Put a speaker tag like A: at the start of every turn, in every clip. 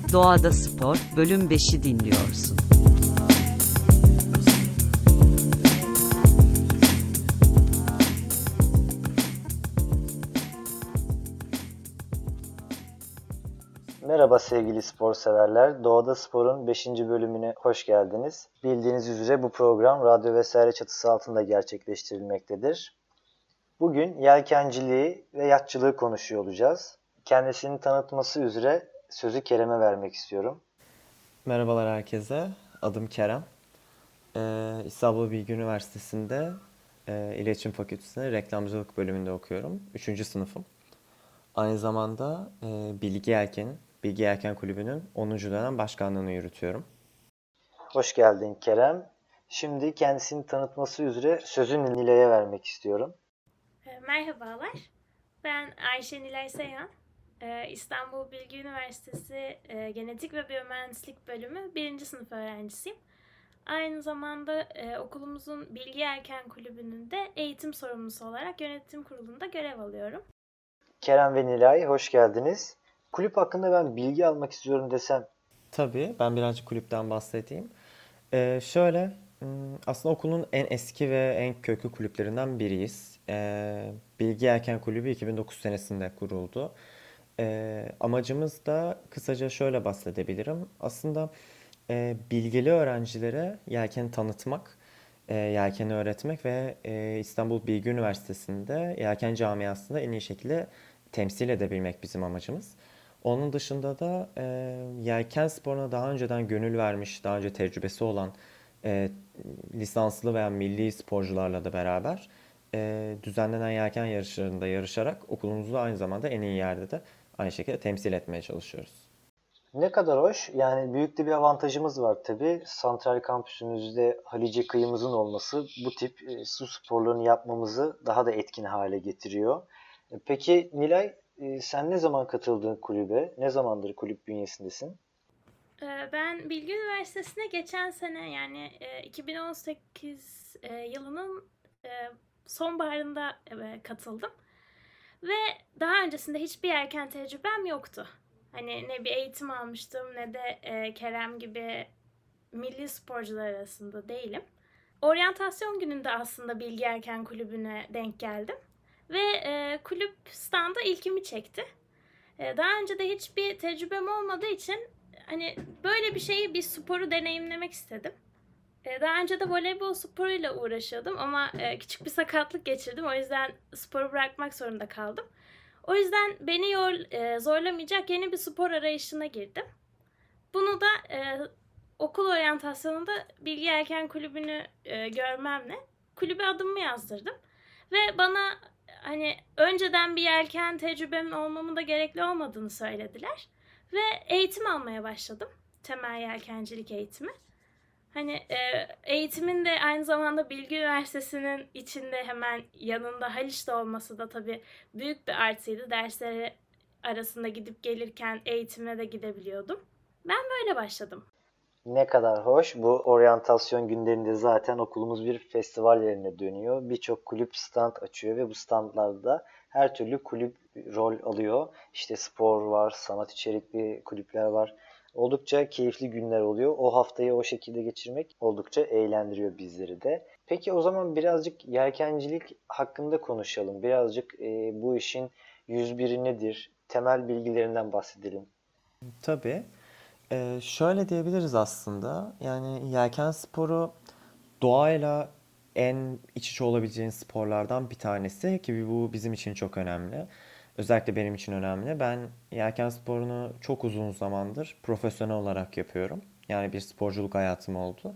A: Doğada Spor, Bölüm 5'i dinliyorsun.
B: Merhaba sevgili spor severler. Doğada Spor'un 5. bölümüne hoş geldiniz. Bildiğiniz üzere bu program radyo vesaire çatısı altında gerçekleştirilmektedir. Bugün yelkenciliği ve yatçılığı konuşuyor olacağız. Kendisini tanıtması üzere sözü Kerem'e vermek istiyorum.
C: Merhabalar herkese. Adım Kerem. İstanbul Bilgi Üniversitesi'nde İletişim Fakültesi'nde reklamcılık bölümünde okuyorum. 3. sınıfım. Aynı zamanda Bilgi Yelken Kulübü'nün 10. dönem başkanlığını yürütüyorum.
B: Hoş geldin Kerem. Şimdi kendisini tanıtması üzere sözü Nilay'a vermek istiyorum.
D: Merhabalar, ben Ayşe Nilay Seyhan. İstanbul Bilgi Üniversitesi Genetik ve Biyomühendislik Bölümü 1. sınıf öğrencisiyim. Aynı zamanda okulumuzun Bilgi Yelken Kulübü'nün de eğitim sorumlusu olarak yönetim kurulunda görev alıyorum.
B: Kerem ve Nilay hoş geldiniz. Kulüp hakkında ben bilgi almak istiyorum desem.
C: Tabii ben birazcık kulüpten bahsedeyim. Aslında okulun en eski ve en köklü kulüplerinden biriyiz. Bilgi Yelken Kulübü 2009 senesinde kuruldu. Amacımız da kısaca şöyle bahsedebilirim. Aslında bilgili öğrencilere yelkeni tanıtmak, yelkeni öğretmek ve İstanbul Bilgi Üniversitesi'nde yelken camiasında en iyi şekilde temsil edebilmek bizim amacımız. Onun dışında da yelken sporuna daha önceden gönül vermiş, daha önce tecrübesi olan e, lisanslı veya milli sporcularla da beraber düzenlenen yelken yarışlarında yarışarak okulumuzu aynı zamanda en iyi yerde de aynı şekilde temsil etmeye çalışıyoruz.
B: Ne kadar hoş. Yani büyük de bir avantajımız var tabii. Santral kampüsümüzde Halice kıyımızın olması bu tip su sporlarını yapmamızı daha da etkin hale getiriyor. Peki Nilay, sen ne zaman katıldın kulübe? Ne zamandır kulüp bünyesindesin?
D: Ben Bilgi Üniversitesi'ne geçen sene yani 2018 yılının e, sonbaharında katıldım. Ve daha öncesinde hiçbir yelken tecrübem yoktu. Hani ne bir eğitim almıştım ne de Kerem gibi milli sporcular arasında değilim. Oryantasyon gününde aslında Bilgi Erken Kulübü'ne denk geldim. Ve kulüp standa ilgimi çekti. Daha önce de hiçbir tecrübem olmadığı için hani böyle bir şeyi, bir sporu deneyimlemek istedim. Daha önce de voleybol sporuyla uğraşıyordum ama küçük bir sakatlık geçirdim. O yüzden sporu bırakmak zorunda kaldım. O yüzden beni zorlamayacak yeni bir spor arayışına girdim. Bunu da okul oryantasyonunda Bilgi Erken Kulübü'nü görmemle kulübe adımımı yazdırdım. Ve bana hani önceden bir yelken tecrübemin olmamın da gerekli olmadığını söylediler. Ve eğitim almaya başladım. Temel yelkencilik eğitimi. Hani eğitimin de aynı zamanda Bilgi Üniversitesi'nin içinde hemen yanında Haliç'te olması da tabii büyük bir artıydı. Dersleri arasında gidip gelirken eğitime de gidebiliyordum. Ben böyle başladım.
B: Ne kadar hoş. Bu oryantasyon günlerinde zaten okulumuz bir festival yerine dönüyor. Birçok kulüp stand açıyor ve bu standlarda her türlü kulüp rol alıyor. İşte spor var, sanat içerikli kulüpler var. Oldukça keyifli günler oluyor. O haftayı o şekilde geçirmek oldukça eğlendiriyor bizleri de. Peki o zaman birazcık yelkencilik hakkında konuşalım. Birazcık bu işin 101'i nedir? Temel bilgilerinden bahsedelim.
C: Tabii. Şöyle diyebiliriz aslında. Yani yelken sporu doğayla en iç içe olabileceğin sporlardan bir tanesi ki bu bizim için çok önemli. Özellikle benim için önemli. Ben yelken sporunu çok uzun zamandır profesyonel olarak yapıyorum. Yani bir sporculuk hayatım oldu.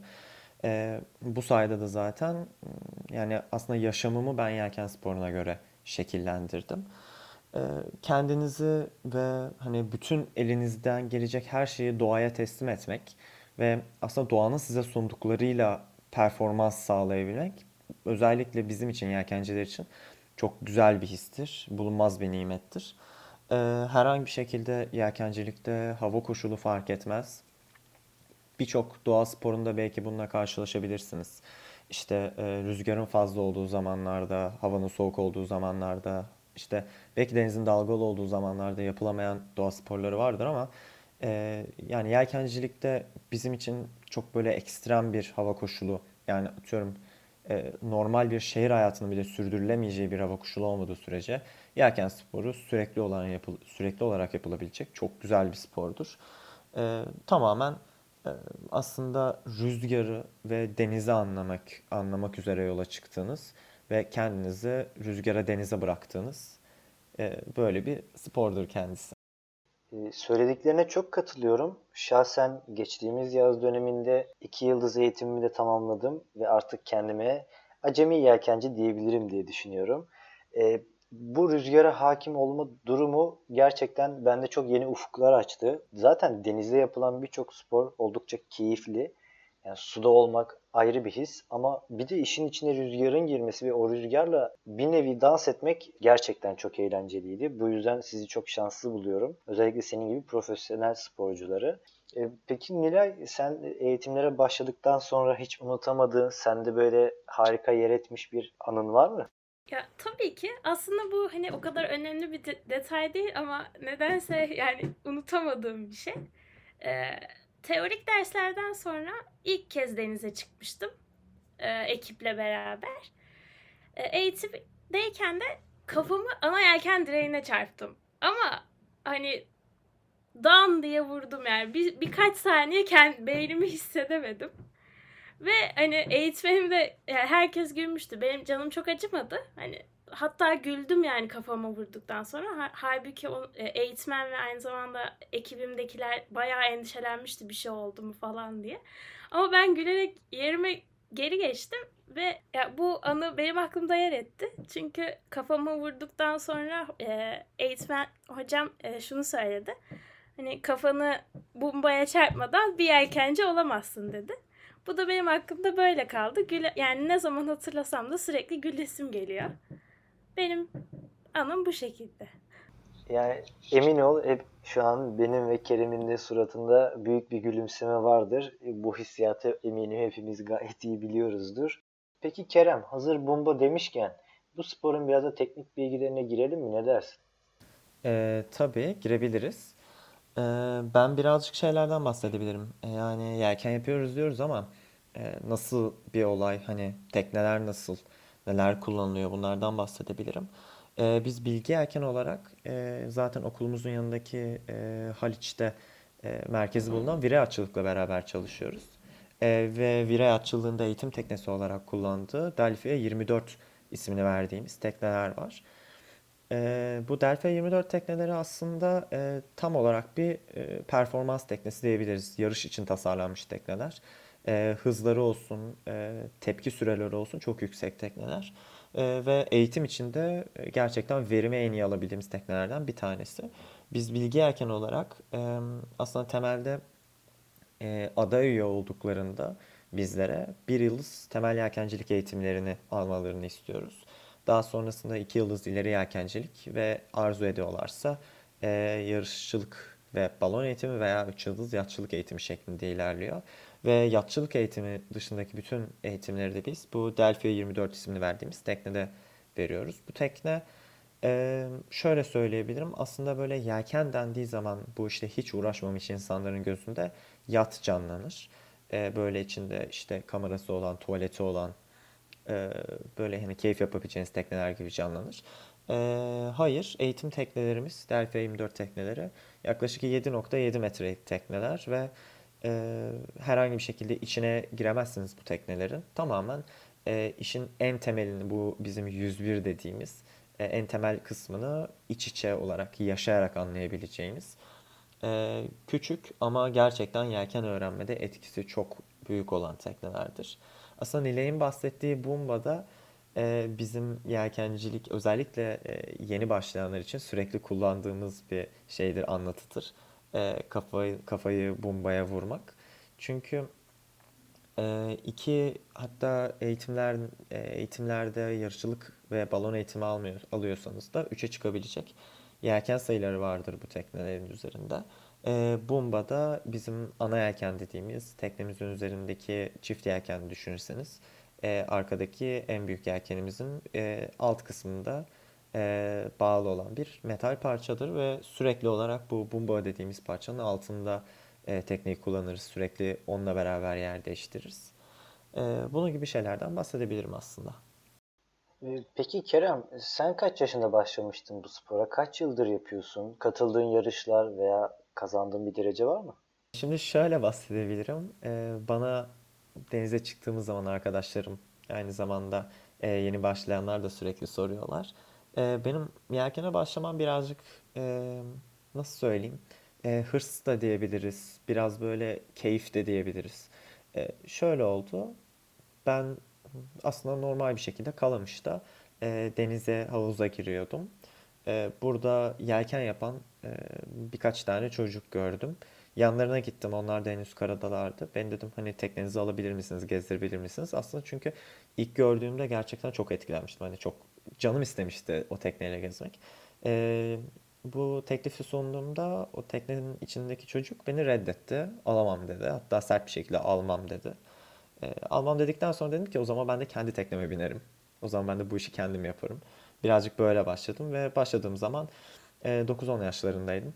C: Bu sayede de zaten yani aslında yaşamımı ben yelken sporuna göre şekillendirdim. Ee, Kendinizi ve hani bütün elinizden gelecek her şeyi doğaya teslim etmek ve aslında doğanın size sunduklarıyla performans sağlayabilmek özellikle bizim için yelkenciler için çok güzel bir histir, bulunmaz bir nimettir. Herhangi bir şekilde yelkencilikte hava koşulu fark etmez. Birçok doğa sporunda belki bununla karşılaşabilirsiniz. İşte rüzgarın fazla olduğu zamanlarda, havanın soğuk olduğu zamanlarda, işte belki denizin dalgalı olduğu zamanlarda yapılamayan doğa sporları vardır ama Yani yelkencilikte bizim için çok böyle ekstrem bir hava koşulu, yani atıyorum normal bir şehir hayatının bile sürdürülemeyeceği bir hava koşulu olmadığı sürece yelken sporu sürekli olarak yapılabilecek çok güzel bir spordur. Tamamen e, aslında rüzgarı ve denizi anlamak üzere yola çıktığınız ve kendinizi rüzgara, denize bıraktığınız böyle bir spordur kendisi.
B: Söylediklerine çok katılıyorum. Şahsen geçtiğimiz yaz döneminde 2 yıldız eğitimimi de tamamladım ve artık kendime acemi yelkenci diyebilirim diye düşünüyorum. Bu rüzgara hakim olma durumu gerçekten bende çok yeni ufuklar açtı. Zaten denizde yapılan birçok spor oldukça keyifli. Yani suda olmak ayrı bir his ama bir de işin içine rüzgarın girmesi ve o rüzgarla bir nevi dans etmek gerçekten çok eğlenceliydi. Bu yüzden sizi çok şanslı buluyorum. Özellikle senin gibi profesyonel sporcuları. Peki Nilay, sen eğitimlere başladıktan sonra hiç unutamadığın, sende böyle harika yer etmiş bir anın var mı?
D: Ya tabii ki aslında bu hani o kadar önemli bir detay değil ama nedense yani unutamadığım bir şey. Ee, Teorik derslerden sonra ilk kez denize çıkmıştım ekiple beraber. Eğitimdeyken de kafamı ana yelken direğine çarptım. Ama hani dan diye vurdum yani. Birkaç saniye beynimi hissedemedim. Ve hani eğitmenim de yani herkes gülmüştü. Benim canım çok acımadı. Hani hatta güldüm yani kafama vurduktan sonra. Halbuki eğitmen ve aynı zamanda ekibimdekiler bayağı endişelenmişti bir şey oldu mu falan diye. Ama ben gülerek yerime geri geçtim ve ya bu anı benim aklımda yer etti. Çünkü kafamı vurduktan sonra eğitmen hocam şunu söyledi. Hani kafanı bombaya çarpmadan bir yelkenci olamazsın dedi. Bu da benim aklımda böyle kaldı. Yani ne zaman hatırlasam da sürekli gülesim geliyor. Benim anım bu şekilde.
B: Yani emin ol hep şu an benim ve Kerem'in de suratında büyük bir gülümseme vardır. Bu hissiyatı eminim hepimiz gayet iyi biliyoruzdur. Peki Kerem, hazır bomba demişken bu sporun biraz da teknik bilgilerine girelim mi? Ne dersin?
C: Tabii girebiliriz. Ben birazcık şeylerden bahsedebilirim. Yani yelken yapıyoruz diyoruz ama nasıl bir olay, hani tekneler nasıl, neler kullanılıyor bunlardan bahsedebilirim. Biz bilgi yelken olarak zaten okulumuzun yanındaki Haliç'te merkezi bulunan Virey Atçılık'la beraber çalışıyoruz. Ve Virey Atçılığı'nda eğitim teknesi olarak kullandığı Delphi 24 ismini verdiğimiz tekneler var. Bu Delta 24 tekneleri aslında tam olarak bir performans teknesi diyebiliriz. Yarış için tasarlanmış tekneler. Hızları olsun, tepki süreleri olsun çok yüksek tekneler. Ve eğitim için de gerçekten verimi en iyi alabildiğimiz teknelerden bir tanesi. Biz bilgi yelken olarak aslında temelde ada üye olduklarında bizlere bir yıldız temel yelkencilik eğitimlerini almalarını istiyoruz. Daha sonrasında 2 yıldız ileri yelkencilik ve arzu ediyorlarsa yarışçılık ve balon eğitimi veya 3 yıldız yatçılık eğitimi şeklinde ilerliyor. Ve yatçılık eğitimi dışındaki bütün eğitimleri de biz bu Delphi 24 ismini verdiğimiz teknede veriyoruz. Bu tekne şöyle söyleyebilirim. Aslında böyle yelken dendiği zaman bu işte hiç uğraşmamış insanların gözünde yat canlanır. Böyle içinde işte kamerası olan, tuvaleti olan, e, böyle hani keyif yapabileceğiniz tekneler gibi canlanır. Hayır, eğitim teknelerimiz, Delphi 24 tekneleri yaklaşık 7,7 metrelik tekneler ve herhangi bir şekilde içine giremezsiniz bu teknelerin. Tamamen işin en temelini, bu bizim 101 dediğimiz en temel kısmını iç içe olarak, yaşayarak anlayabileceğiniz küçük ama gerçekten yelken öğrenmede etkisi çok büyük olan teknelerdir. Aslında Nilay'ın bahsettiği Bumba da bizim yelkencilik özellikle yeni başlayanlar için sürekli kullandığımız bir şeydir, anlatıdır. Kafayı Bumba'ya vurmak. Çünkü iki, hatta eğitimlerde yarışçılık ve balon eğitimi alıyorsanız da üçe çıkabilecek yelken sayıları vardır bu teknelerin üzerinde. Bumba da bizim ana yelken dediğimiz teknemizin üzerindeki çift yelken düşünürseniz arkadaki en büyük yelkenimizin alt kısmında bağlı olan bir metal parçadır ve sürekli olarak bu bumbo dediğimiz parçanın altında tekneyi kullanırız. Sürekli onunla beraber yer değiştiririz. Bunun gibi şeylerden bahsedebilirim aslında.
B: Peki Kerem, sen kaç yaşında başlamıştın bu spora? Kaç yıldır yapıyorsun? Katıldığın yarışlar veya kazandığın bir derece var mı?
C: Şimdi şöyle bahsedebilirim. Bana denize çıktığımız zaman arkadaşlarım aynı zamanda yeni başlayanlar da sürekli soruyorlar. Benim yelkene başlamam birazcık nasıl söyleyeyim? Hırs da diyebiliriz. Biraz böyle keyif de diyebiliriz. Şöyle oldu. Ben aslında normal bir şekilde Kalamış'ta denize, havuza giriyordum. Burada yelken yapan birkaç tane çocuk gördüm. Yanlarına gittim. Onlar da henüz karadalardı. Ben dedim hani teknenizi alabilir misiniz, gezdirebilir misiniz? Aslında çünkü ilk gördüğümde gerçekten çok etkilenmiştim. Hani çok canım istemişti o tekneyle gezmek. E, Bu teklifi sunduğumda o teknenin içindeki çocuk beni reddetti. Alamam dedi. Hatta sert bir şekilde almam dedi. Almam dedikten sonra dedim ki o zaman ben de kendi tekneme binerim. O zaman ben de bu işi kendim yaparım. Birazcık böyle başladım ve başladığım zaman 9-10 yaşlarındaydım.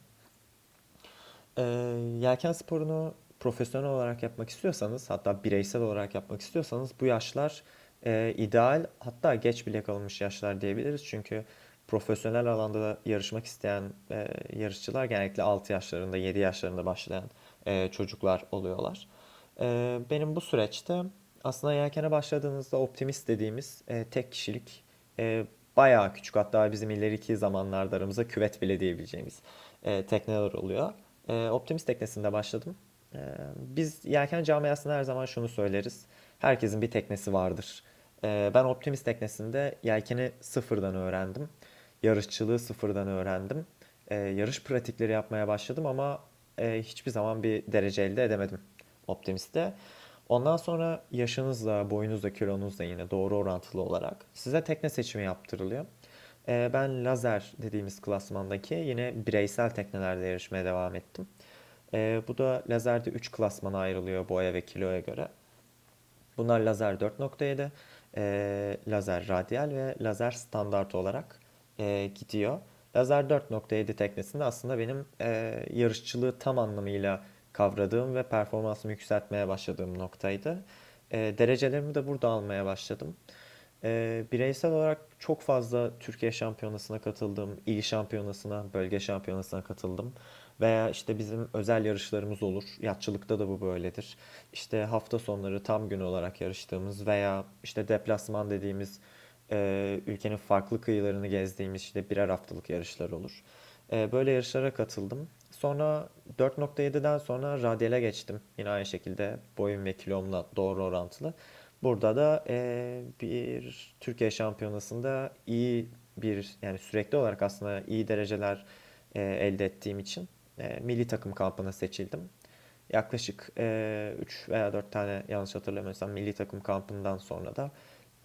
C: Ee, Yelken sporunu profesyonel olarak yapmak istiyorsanız, hatta bireysel olarak yapmak istiyorsanız bu yaşlar ideal, hatta geç bile kalınmış yaşlar diyebiliriz. Çünkü profesyonel alanda yarışmak isteyen yarışçılar genellikle 6 yaşlarında, 7 yaşlarında başlayan çocuklar oluyorlar. Benim bu süreçte aslında yelkene başladığınızda optimist dediğimiz tek kişilik bayağı küçük, hatta bizim ileriki zamanlarda aramıza küvet bile diyebileceğimiz tekneler oluyor. Optimist teknesinde başladım. Biz yelken camiasında her zaman şunu söyleriz. Herkesin bir teknesi vardır. Ben Optimist teknesinde yelkeni sıfırdan öğrendim. Yarışçılığı sıfırdan öğrendim. Yarış pratikleri yapmaya başladım ama hiçbir zaman bir derece elde edemedim Optimist'te. Ondan sonra yaşınızla, boyunuzla, kilonuzla yine doğru orantılı olarak size tekne seçimi yaptırılıyor. Ben lazer dediğimiz klasmandaki yine bireysel teknelerde yarışmaya devam ettim. Bu da lazerde 3 klasmana ayrılıyor boya ve kiloya göre. Bunlar lazer 4.7, lazer radyal ve lazer standart olarak gidiyor. Lazer 4.7 teknesinde aslında benim yarışçılığı tam anlamıyla kavradığım ve performansımı yükseltmeye başladığım noktaydı. Derecelerimi de burada almaya başladım. Bireysel olarak çok fazla Türkiye şampiyonasına katıldım, il şampiyonasına, bölge şampiyonasına katıldım. Veya işte bizim özel yarışlarımız olur. Yatçılıkta da bu böyledir. İşte hafta sonları tam gün olarak yarıştığımız veya işte deplasman dediğimiz ülkenin farklı kıyılarını gezdiğimiz işte birer haftalık yarışlar olur. Böyle yarışlara katıldım. Sonra 4.7'den sonra radyale geçtim. Yine aynı şekilde boyum ve kilomla doğru orantılı. Burada da bir Türkiye Şampiyonası'nda iyi bir, yani sürekli olarak aslında iyi dereceler elde ettiğim için milli takım kampına seçildim. Yaklaşık 3 veya 4 tane, yanlış hatırlamıyorsam, milli takım kampından sonra da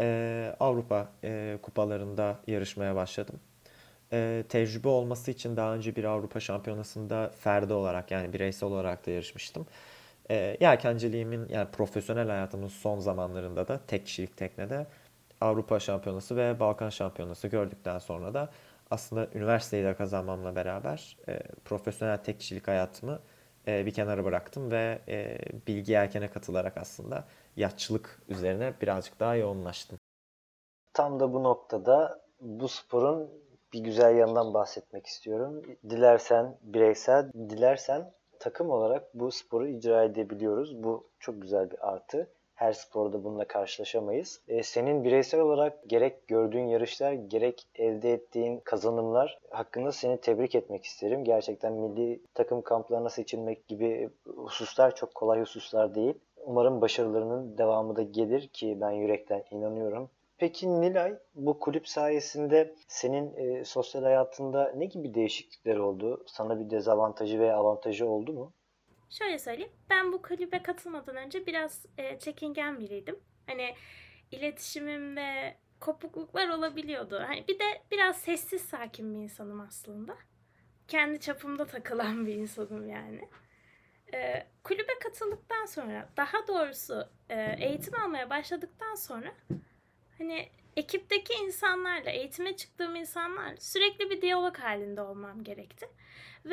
C: Avrupa kupalarında yarışmaya başladım. Tecrübe olması için daha önce bir Avrupa Şampiyonası'nda ferdi olarak, yani bireysel olarak da yarışmıştım. Yelkenciliğimin, yani profesyonel hayatımın son zamanlarında da tek kişilik teknede Avrupa Şampiyonası ve Balkan Şampiyonası gördükten sonra da aslında üniversiteyi de kazanmamla beraber profesyonel tek kişilik hayatımı bir kenara bıraktım ve bilgi yelkene katılarak aslında yatçılık üzerine birazcık daha yoğunlaştım.
B: Tam da bu noktada bu sporun bir güzel yanından bahsetmek istiyorum. Dilersen bireysel, dilersen takım olarak bu sporu icra edebiliyoruz. Bu çok güzel bir artı. Her sporda bununla karşılaşamayız. Senin bireysel olarak gerek gördüğün yarışlar, gerek elde ettiğin kazanımlar hakkında seni tebrik etmek isterim. Gerçekten milli takım kamplarına seçilmek gibi hususlar çok kolay hususlar değil. Umarım başarılarının devamı da gelir ki ben yürekten inanıyorum. Peki Nilay, bu kulüp sayesinde senin sosyal hayatında ne gibi değişiklikler oldu? Sana bir dezavantajı veya avantajı oldu mu?
D: Şöyle söyleyeyim. Ben bu kulübe katılmadan önce biraz çekingen biriydim. Hani iletişimimde kopukluklar olabiliyordu. Hani bir de biraz sessiz sakin bir insanım aslında. Kendi çapımda takılan bir insanım yani. Kulübe katıldıktan sonra, daha doğrusu eğitim almaya başladıktan sonra hani ekipteki insanlarla, eğitime çıktığım insanlarla sürekli bir diyalog halinde olmam gerekti. Ve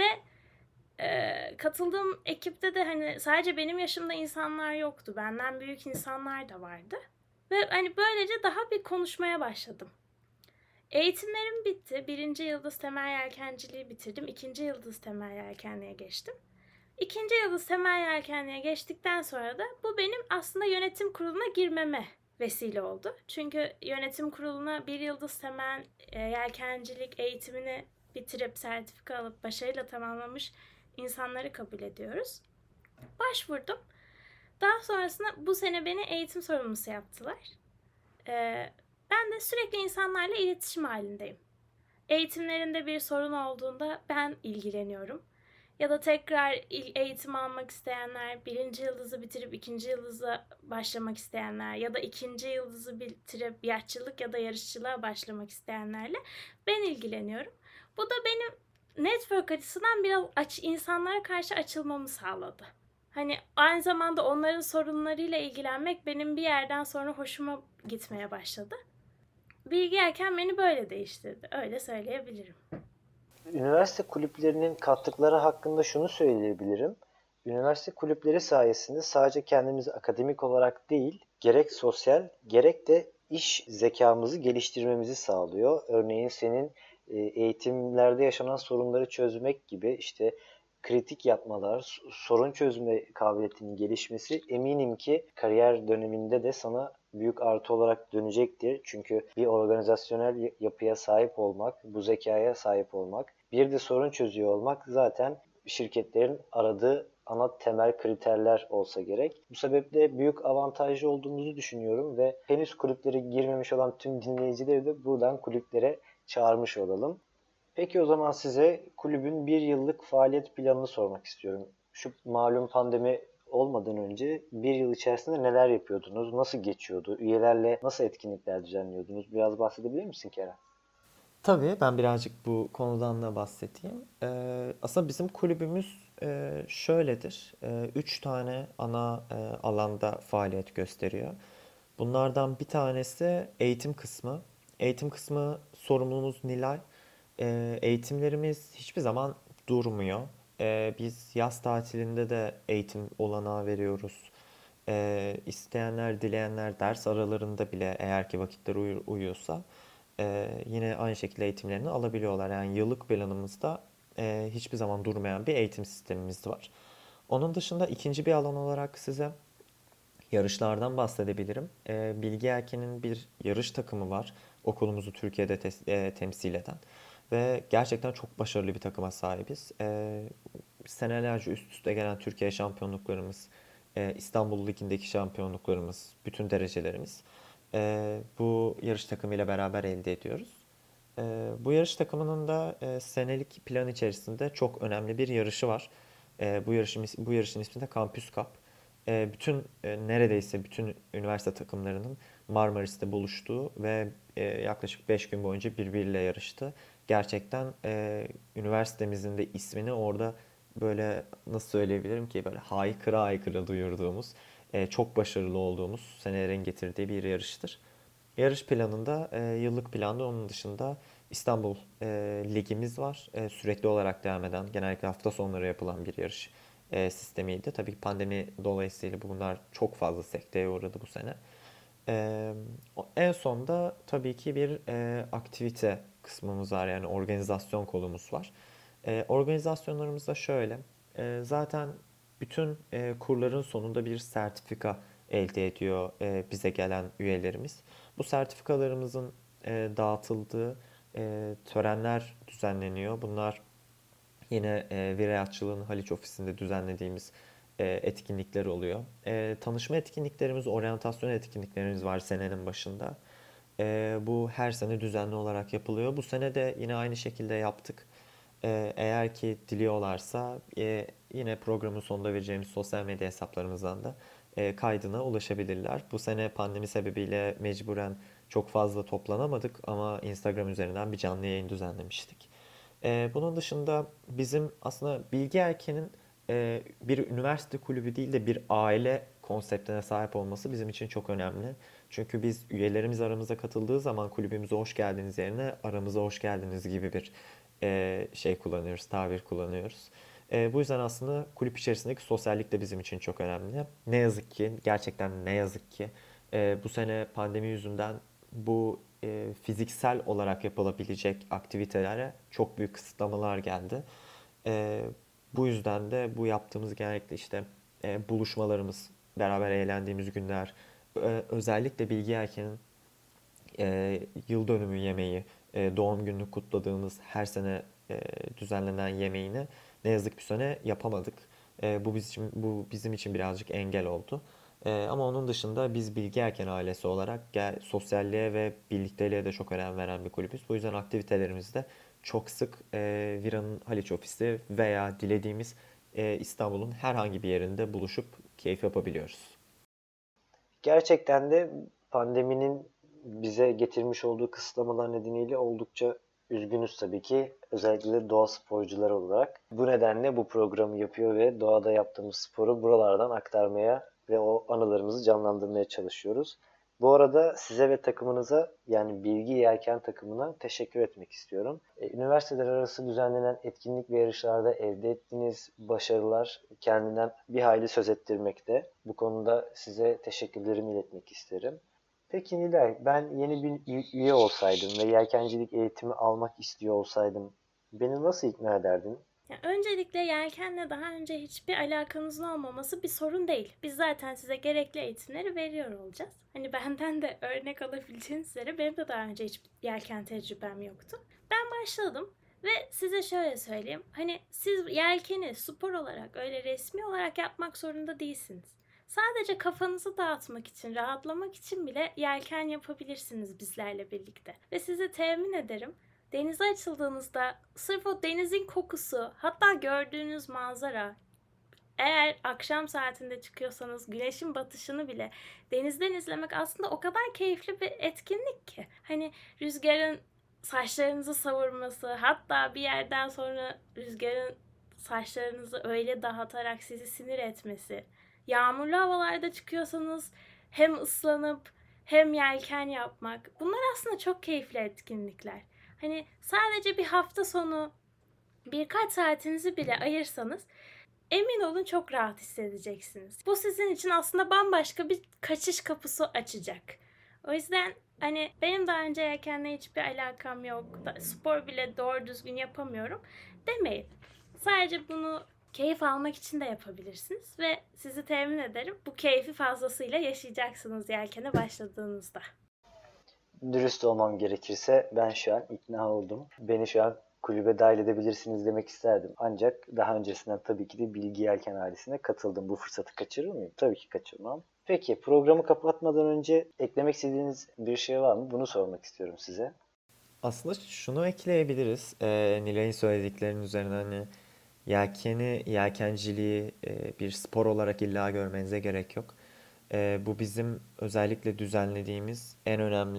D: katıldığım ekipte de hani sadece benim yaşımda insanlar yoktu. Benden büyük insanlar da vardı. Ve hani böylece daha bir konuşmaya başladım. Eğitimlerim bitti. Birinci yıldız temel yelkenciliği bitirdim. İkinci yıldız temel yelkenliğe geçtim. İkinci yıldız temel yelkenliğe geçtikten sonra da bu benim aslında yönetim kuruluna girmeme vesile oldu. Çünkü yönetim kuruluna bir yıldız temel yelkencilik eğitimini bitirip sertifika alıp başarıyla tamamlamış insanları kabul ediyoruz. Başvurdum. Daha sonrasında bu sene beni eğitim sorumlusu yaptılar. Ben de sürekli insanlarla iletişim halindeyim. Eğitimlerinde bir sorun olduğunda ben ilgileniyorum. Ya da tekrar eğitim almak isteyenler, birinci yıldızı bitirip ikinci yıldıza başlamak isteyenler ya da ikinci yıldızı bitirip yatçılık ya da yarışçılığa başlamak isteyenlerle ben ilgileniyorum. Bu da benim network açısından biraz insanlara karşı açılmamı sağladı. Hani aynı zamanda onların sorunlarıyla ilgilenmek benim bir yerden sonra hoşuma gitmeye başladı. Bilgi erken beni böyle değiştirdi. Öyle söyleyebilirim.
B: Üniversite kulüplerinin kattıkları hakkında şunu söyleyebilirim. Üniversite kulüpleri sayesinde sadece kendimizi akademik olarak değil, gerek sosyal, gerek de iş zekamızı geliştirmemizi sağlıyor. Örneğin senin eğitimlerde yaşanan sorunları çözmek gibi işte kritik yapmalar, sorun çözme kabiliyetinin gelişmesi eminim ki kariyer döneminde de sana büyük artı olarak dönecektir. Çünkü bir organizasyonel yapıya sahip olmak, bu zekaya sahip olmak, bir de sorun çözüyor olmak zaten şirketlerin aradığı ana temel kriterler olsa gerek. Bu sebeple büyük avantajlı olduğumuzu düşünüyorum ve henüz kulüplere girmemiş olan tüm dinleyicileri de buradan kulüplere çağırmış olalım. Peki o zaman size kulübün bir yıllık faaliyet planını sormak istiyorum. Şu malum pandemi olmadan önce bir yıl içerisinde neler yapıyordunuz? Nasıl geçiyordu? Üyelerle nasıl etkinlikler düzenliyordunuz? Biraz bahsedebilir misin Kerem?
C: Tabii ben birazcık bu konudan da bahsedeyim. Aslında bizim kulübümüz şöyledir. Üç tane ana alanda faaliyet gösteriyor. Bunlardan bir tanesi eğitim kısmı. Eğitim kısmı sorumlumuz Nilay. Eğitimlerimiz hiçbir zaman durmuyor. Biz yaz tatilinde de eğitim olanağı veriyoruz. İsteyenler, dileyenler ders aralarında bile eğer ki vakitleri uyuyorsa yine aynı şekilde eğitimlerini alabiliyorlar. Yani yıllık planımızda hiçbir zaman durmayan bir eğitim sistemimiz var. Onun dışında ikinci bir alan olarak size yarışlardan bahsedebilirim. Bilgi Erken'in bir yarış takımı var. Okulumuzu Türkiye'de temsil eden. Ve gerçekten çok başarılı bir takıma sahibiz. Senelerce üst üste gelen Türkiye şampiyonluklarımız, İstanbul Ligi'ndeki şampiyonluklarımız, bütün derecelerimiz bu yarış takımıyla beraber elde ediyoruz. Bu yarış takımının da senelik plan içerisinde çok önemli bir yarışı var. Bu yarışın ismi de Campus Cup. Neredeyse bütün üniversite takımlarının Marmaris'te buluştuğu ve yaklaşık 5 gün boyunca birbiriyle yarıştı. Gerçekten üniversitemizin de ismini orada böyle nasıl söyleyebilirim ki böyle haykıra haykıra duyurduğumuz, çok başarılı olduğumuz senelerin getirdiği bir yarıştır. Yarış planında, yıllık planda onun dışında İstanbul Ligimiz var. Sürekli olarak devam eden, genellikle hafta sonları yapılan bir yarış sistemiydi. Tabii ki pandemi dolayısıyla bunlar çok fazla sekteye uğradı bu sene. E, En sonda tabii ki bir aktivite kısmımız var. Yani organizasyon kolumuz var. Organizasyonlarımız da şöyle. Zaten bütün kurların sonunda bir sertifika elde ediyor bize gelen üyelerimiz. Bu sertifikalarımızın dağıtıldığı törenler düzenleniyor. Bunlar yine Vilayetçılığın Haliç ofisinde düzenlediğimiz etkinlikler oluyor. Tanışma etkinliklerimiz, oryantasyon etkinliklerimiz var senenin başında. Bu her sene düzenli olarak yapılıyor. Bu sene de yine aynı şekilde yaptık. Eğer ki diliyorlarsa yine programın sonunda vereceğimiz sosyal medya hesaplarımızdan da kaydına ulaşabilirler. Bu sene pandemi sebebiyle mecburen çok fazla toplanamadık ama Instagram üzerinden bir canlı yayın düzenlemiştik. Bunun dışında bizim aslında Bilgi Erken'in bir üniversite kulübü değil de bir aile konseptine sahip olması bizim için çok önemli. Çünkü biz üyelerimiz aramıza katıldığı zaman kulübümüze hoş geldiniz yerine aramıza hoş geldiniz gibi bir şey kullanıyoruz, tabir kullanıyoruz. Bu yüzden aslında kulüp içerisindeki sosyallik de bizim için çok önemli. Ne yazık ki, gerçekten ne yazık ki bu sene pandemi yüzünden bu fiziksel olarak yapılabilecek aktivitelere çok büyük kısıtlamalar geldi. E, Bu yüzden de bu yaptığımız genellikle işte buluşmalarımız, beraber eğlendiğimiz günler, özellikle Bilgi Erken'in yıl dönümü yemeği, doğum gününü kutladığımız her sene düzenlenen yemeğini ne yazık ki bu sene yapamadık. Bu bizim için birazcık engel oldu. Ama onun dışında biz Bilgi Erken ailesi olarak sosyalliğe ve birlikteliğe de çok önem veren bir kulübüz. Bu yüzden aktivitelerimizde çok sık Vira'nın Haliç ofisi veya dilediğimiz İstanbul'un herhangi bir yerinde buluşup keyif yapabiliyoruz.
B: Gerçekten de pandeminin bize getirmiş olduğu kısıtlamalar nedeniyle oldukça üzgünüz tabii ki. Özellikle doğa sporcuları olarak. Bu nedenle bu programı yapıyor ve doğada yaptığımız sporu buralardan aktarmaya ve o anılarımızı canlandırmaya çalışıyoruz. Bu arada size ve takımınıza, yani Bilgi Yelken takımına teşekkür etmek istiyorum. Üniversiteler arası düzenlenen etkinlik ve yarışlarda elde ettiğiniz başarılar kendinden bir hayli söz ettirmekte. Bu konuda size teşekkürlerimi iletmek isterim. Peki Nilay, ben yeni bir üye olsaydım ve yelkencilik eğitimi almak istiyor olsaydım beni nasıl ikna ederdin?
D: Ya öncelikle yelkenle daha önce hiçbir alakanızın olmaması bir sorun değil. Biz zaten size gerekli eğitimleri veriyor olacağız. Hani benden de örnek alabileceğiniz üzere benim de daha önce hiç yelken tecrübem yoktu. Ben başladım ve size şöyle söyleyeyim. Hani siz yelkeni spor olarak öyle resmi olarak yapmak zorunda değilsiniz. Sadece kafanızı dağıtmak için, rahatlamak için bile yelken yapabilirsiniz bizlerle birlikte. Ve size temin ederim, denize açıldığınızda sırf o denizin kokusu, hatta gördüğünüz manzara, eğer akşam saatinde çıkıyorsanız güneşin batışını bile denizden izlemek aslında o kadar keyifli bir etkinlik ki. Hani rüzgarın saçlarınızı savurması, hatta bir yerden sonra rüzgarın saçlarınızı öyle dağıtarak sizi sinir etmesi. Yağmurlu havalarda çıkıyorsanız hem ıslanıp hem yelken yapmak. Bunlar aslında çok keyifli etkinlikler. Hani sadece bir hafta sonu birkaç saatinizi bile ayırsanız emin olun çok rahat hissedeceksiniz. Bu sizin için aslında bambaşka bir kaçış kapısı açacak. O yüzden hani benim daha önce yelkenle hiçbir alakam yok, spor bile doğru düzgün yapamıyorum demeyin. Sadece bunu keyif almak için de yapabilirsiniz ve sizi temin ederim bu keyfi fazlasıyla yaşayacaksınız yelkene başladığınızda.
B: Dürüst olmam gerekirse ben şu an ikna oldum. Beni şu an kulübe dahil edebilirsiniz demek isterdim. Ancak daha öncesinden tabii ki de Bilgi Yelken ailesine katıldım. Bu fırsatı kaçırır mıyım? Tabii ki kaçırmam. Peki programı kapatmadan önce eklemek istediğiniz bir şey var mı? Bunu sormak istiyorum size.
C: Aslında şunu ekleyebiliriz. Nilay'ın söylediklerinin üzerine hani yelkenciliği bir spor olarak illa görmenize gerek yok. Bu bizim özellikle düzenlediğimiz en önemli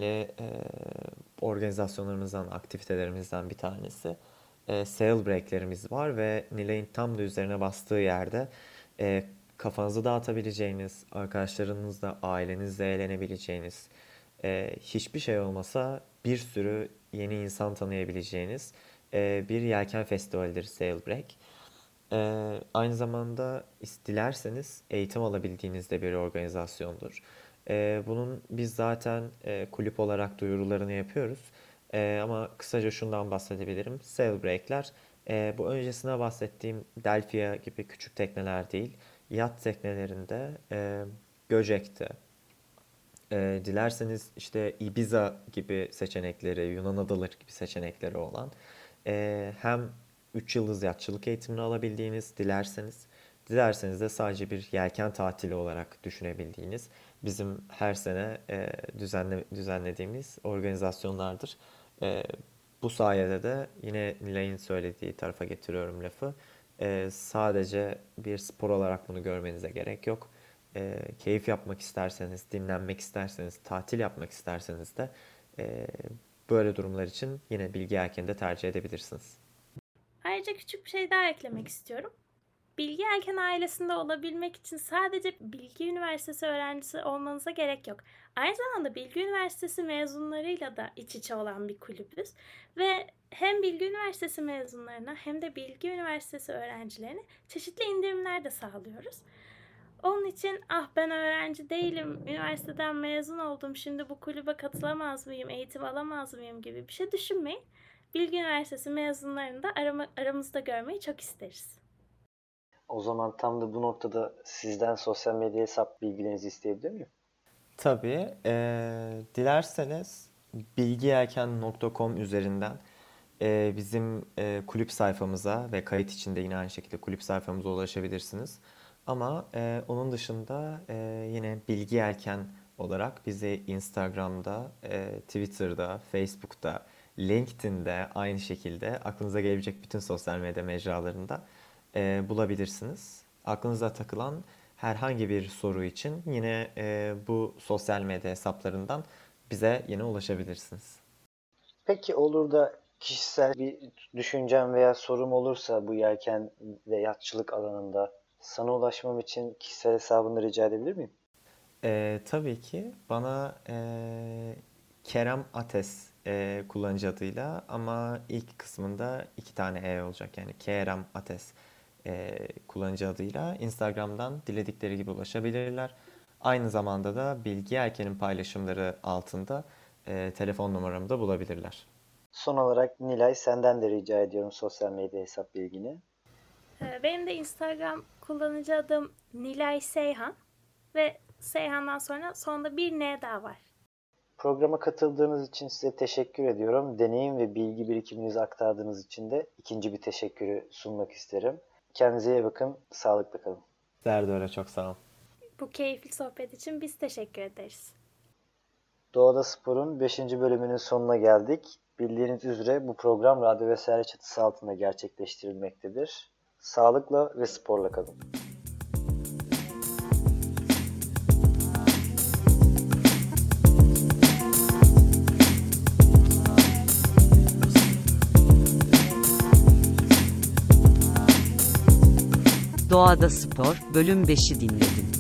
C: organizasyonlarımızdan, aktivitelerimizden bir tanesi. Sail break'lerimiz var ve Nilay'ın tam da üzerine bastığı yerde e, kafanızı dağıtabileceğiniz, arkadaşlarınızla, ailenizle eğlenebileceğiniz, hiçbir şey olmasa bir sürü yeni insan tanıyabileceğiniz bir yelken festivalidir Sail Break. Aynı zamanda dilerseniz eğitim alabildiğinizde bir organizasyondur. Bunun biz zaten kulüp olarak duyurularını yapıyoruz. Ama kısaca şundan bahsedebilirim. Sail Break'ler bu öncesine bahsettiğim Delphia gibi küçük tekneler değil, yat teknelerinde Göcek'te, dilerseniz işte Ibiza gibi seçenekleri, Yunan adaları gibi seçenekleri olan hem 3 yıldız yatçılık eğitimini alabildiğiniz dilerseniz de sadece bir yelken tatili olarak düşünebildiğiniz bizim her sene düzenlediğimiz organizasyonlardır. E, Bu sayede de yine Nilay'ın söylediği tarafa getiriyorum lafı. Sadece bir spor olarak bunu görmenize gerek yok. Keyif yapmak isterseniz, dinlenmek isterseniz, tatil yapmak isterseniz de e, böyle durumlar için yine Bilgi Erken'i de tercih edebilirsiniz.
D: Ayrıca küçük bir şey daha eklemek istiyorum. Bilgi Erken ailesinde olabilmek için sadece Bilgi Üniversitesi öğrencisi olmanıza gerek yok. Aynı zamanda Bilgi Üniversitesi mezunlarıyla da iç içe olan bir kulübüz. Ve hem Bilgi Üniversitesi mezunlarına hem de Bilgi Üniversitesi öğrencilerine çeşitli indirimler de sağlıyoruz. Onun için ben öğrenci değilim, üniversiteden mezun oldum, şimdi bu kulübe katılamaz mıyım, eğitim alamaz mıyım gibi bir şey düşünmeyin. Bilgi Üniversitesi mezunlarını da aramızda görmeyi çok isteriz.
B: O zaman tam da bu noktada sizden sosyal medya hesap bilgilerinizi isteyebilir miyim?
C: Tabii, dilerseniz bilgiyelken.com üzerinden bizim kulüp sayfamıza ve kayıt için de yine aynı şekilde kulüp sayfamıza ulaşabilirsiniz. Ama onun dışında yine Bilgi Yelken olarak bizi Instagram'da, Twitter'da, Facebook'ta, LinkedIn'de aynı şekilde aklınıza gelebilecek bütün sosyal medya mecralarında bulabilirsiniz. Aklınıza takılan herhangi bir soru için yine bu sosyal medya hesaplarından bize yine ulaşabilirsiniz.
B: Peki olur da kişisel bir düşüncem veya sorum olursa bu yelken ve yatçılık alanında sana ulaşmam için kişisel hesabını rica edebilir miyim?
C: Tabii ki bana Kerem Ates kullanıcı adıyla ama ilk kısmında 2 tane E olacak. Yani Kerem Ates kullanıcı adıyla Instagram'dan diledikleri gibi ulaşabilirler. Aynı zamanda da Bilgi Erken'in paylaşımları altında telefon numaramı da bulabilirler.
B: Son olarak Nilay senden de rica ediyorum sosyal medya hesap bilgini.
D: Benim de Instagram kullanıcı adım Nilay Seyhan ve Seyhan'dan sonra sonunda bir N daha var.
B: Programa katıldığınız için size teşekkür ediyorum. Deneyim ve bilgi birikiminizi aktardığınız için de ikinci bir teşekkürü sunmak isterim. Kendinize iyi bakın, sağlıkla kalın.
C: Sizler de öyle, çok sağ olun.
D: Bu keyifli sohbet için biz teşekkür ederiz.
B: Doğada Spor'un 5. bölümünün sonuna geldik. Bildiğiniz üzere bu program Radyo Vesaire çatısı altında gerçekleştirilmektedir. Sağlıkla ve sporla kalın.
A: Doğada Spor Bölüm 5'i dinledin.